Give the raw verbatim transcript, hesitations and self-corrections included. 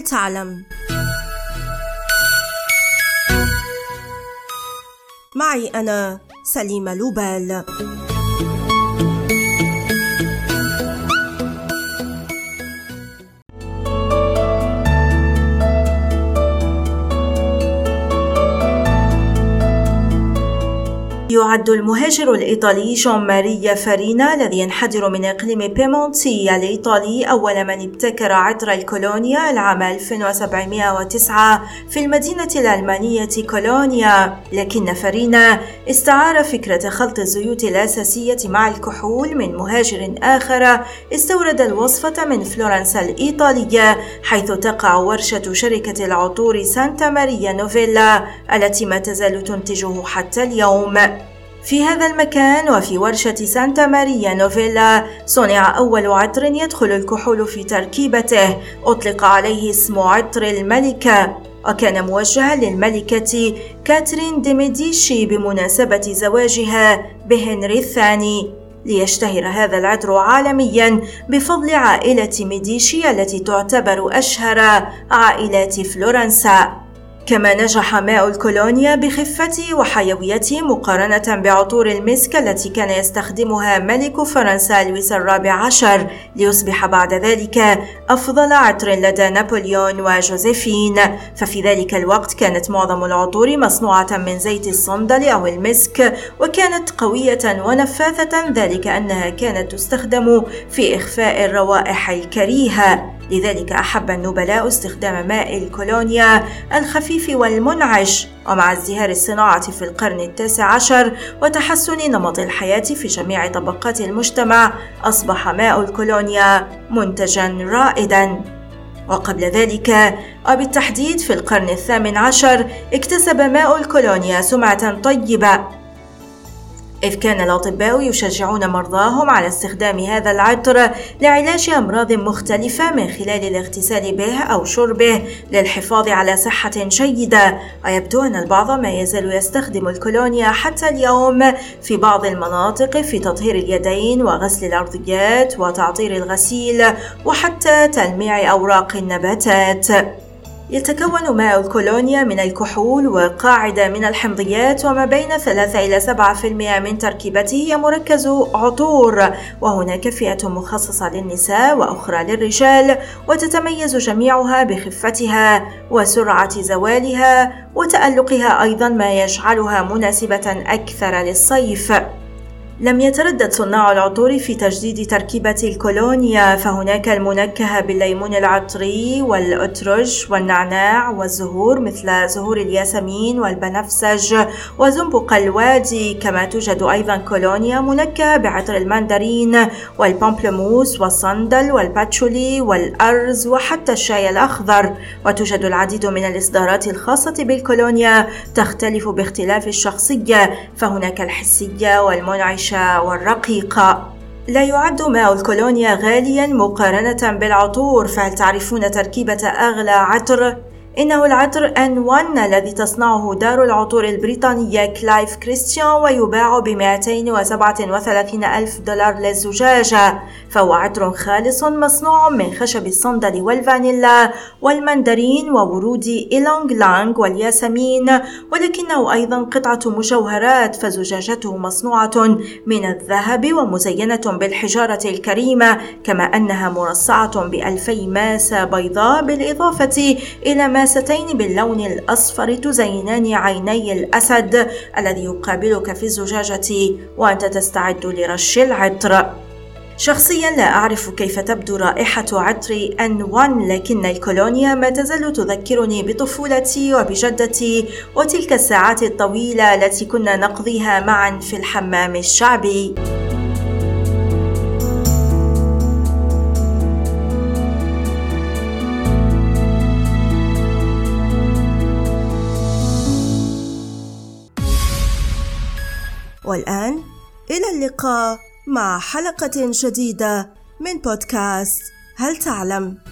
هل تعلم؟ معي أنا سليمة لوبال. يعد المهاجر الإيطالي جان ماريا فارينا الذي ينحدر من إقليم بيمونتي الإيطالي أول من ابتكر عطر الكولونيا العام ألف وسبعمائة وتسعة في المدينة الألمانية كولونيا، لكن فارينا استعار فكرة خلط الزيوت الأساسية مع الكحول من مهاجر آخر استورد الوصفة من فلورنسا الإيطالية، حيث تقع ورشة شركة العطور سانتا ماريا نوفيلا التي ما تزال تنتجه حتى اليوم. في هذا المكان وفي ورشة سانتا ماريا نوفيلا صنع أول عطر يدخل الكحول في تركيبته، أطلق عليه اسم عطر الملكة، وكان موجها للملكة كاترين دي ميديشي بمناسبة زواجها بهنري الثاني. ليشتهر هذا العطر عالميا بفضل عائلة ميديشي التي تعتبر أشهر عائلات فلورنسا. كما نجح ماء الكولونيا بخفته وحيويته مقارنة بعطور المسك التي كان يستخدمها ملك فرنسا لويس الرابع عشر، ليصبح بعد ذلك أفضل عطر لدى نابليون وجوزيفين. ففي ذلك الوقت كانت معظم العطور مصنوعة من زيت الصندل أو المسك، وكانت قوية ونفاذة، ذلك أنها كانت تستخدم في إخفاء الروائح الكريهة. لذلك أحب النبلاء استخدام ماء الكولونيا الخفيف والمنعش. ومع ازدهار الصناعة في القرن التاسع عشر وتحسن نمط الحياة في جميع طبقات المجتمع، أصبح ماء الكولونيا منتجا رائدا. وقبل ذلك وبالتحديد في القرن الثامن عشر اكتسب ماء الكولونيا سمعة طيبة، إذ كان الأطباء يشجعون مرضاهم على استخدام هذا العطر لعلاج أمراض مختلفة من خلال الاغتسال به أو شربه للحفاظ على صحة جيدة. ويبدو أن البعض ما يزال يستخدم الكولونيا حتى اليوم في بعض المناطق في تطهير اليدين وغسل الأرضيات وتعطير الغسيل وحتى تلميع أوراق النباتات. يتكون ماء الكولونيا من الكحول وقاعدة من الحمضيات، وما بين ثلاثة إلى سبعة بالمئة من تركيبته هي مركز عطور، وهناك فئة مخصصة للنساء وأخرى للرجال، وتتميز جميعها بخفتها وسرعة زوالها وتألقها أيضا، ما يجعلها مناسبة أكثر للصيف. لم يتردد صناع العطور في تجديد تركيبة الكولونيا، فهناك المنكهة بالليمون العطري والأترج والنعناع والزهور مثل زهور الياسمين والبنفسج وزنبق الوادي، كما توجد أيضا كولونيا منكهة بعطر المندرين والبامبلموس والصندل والباتشولي والأرز وحتى الشاي الأخضر. وتوجد العديد من الإصدارات الخاصة بالكولونيا تختلف باختلاف الشخصية، فهناك الحسية والمنعشة والرقيقة. لا يعد ماء الكولونيا غاليا مقارنة بالعطور، فهل تعرفون تركيبة أغلى عطر؟ إنه العطر إن واحد الذي تصنعه دار العطور البريطانية كلايف كريستيان، ويباع ب مئتين وسبعة وثلاثين ألف دولار للزجاجة. فهو عطر خالص مصنوع من خشب الصندل والفانيلا والمندرين وورود إيلونغ لانغ والياسمين، ولكنه أيضا قطعة مجوهرات، فزجاجته مصنوعة من الذهب ومزينة بالحجارة الكريمة، كما أنها مرصعة بألفي ماسة بيضاء، بالإضافة إلى ماستين باللون الأصفر تزينان عيني الأسد الذي يقابلك في الزجاجة وأنت تستعد لرش العطر. شخصيا لا أعرف كيف تبدو رائحة عطر إن واحد، لكن الكولونيا ما تزال تذكرني بطفولتي وبجدتي وتلك الساعات الطويلة التي كنا نقضيها معا في الحمام الشعبي. والآن إلى اللقاء مع حلقة جديدة من بودكاست هل تعلم؟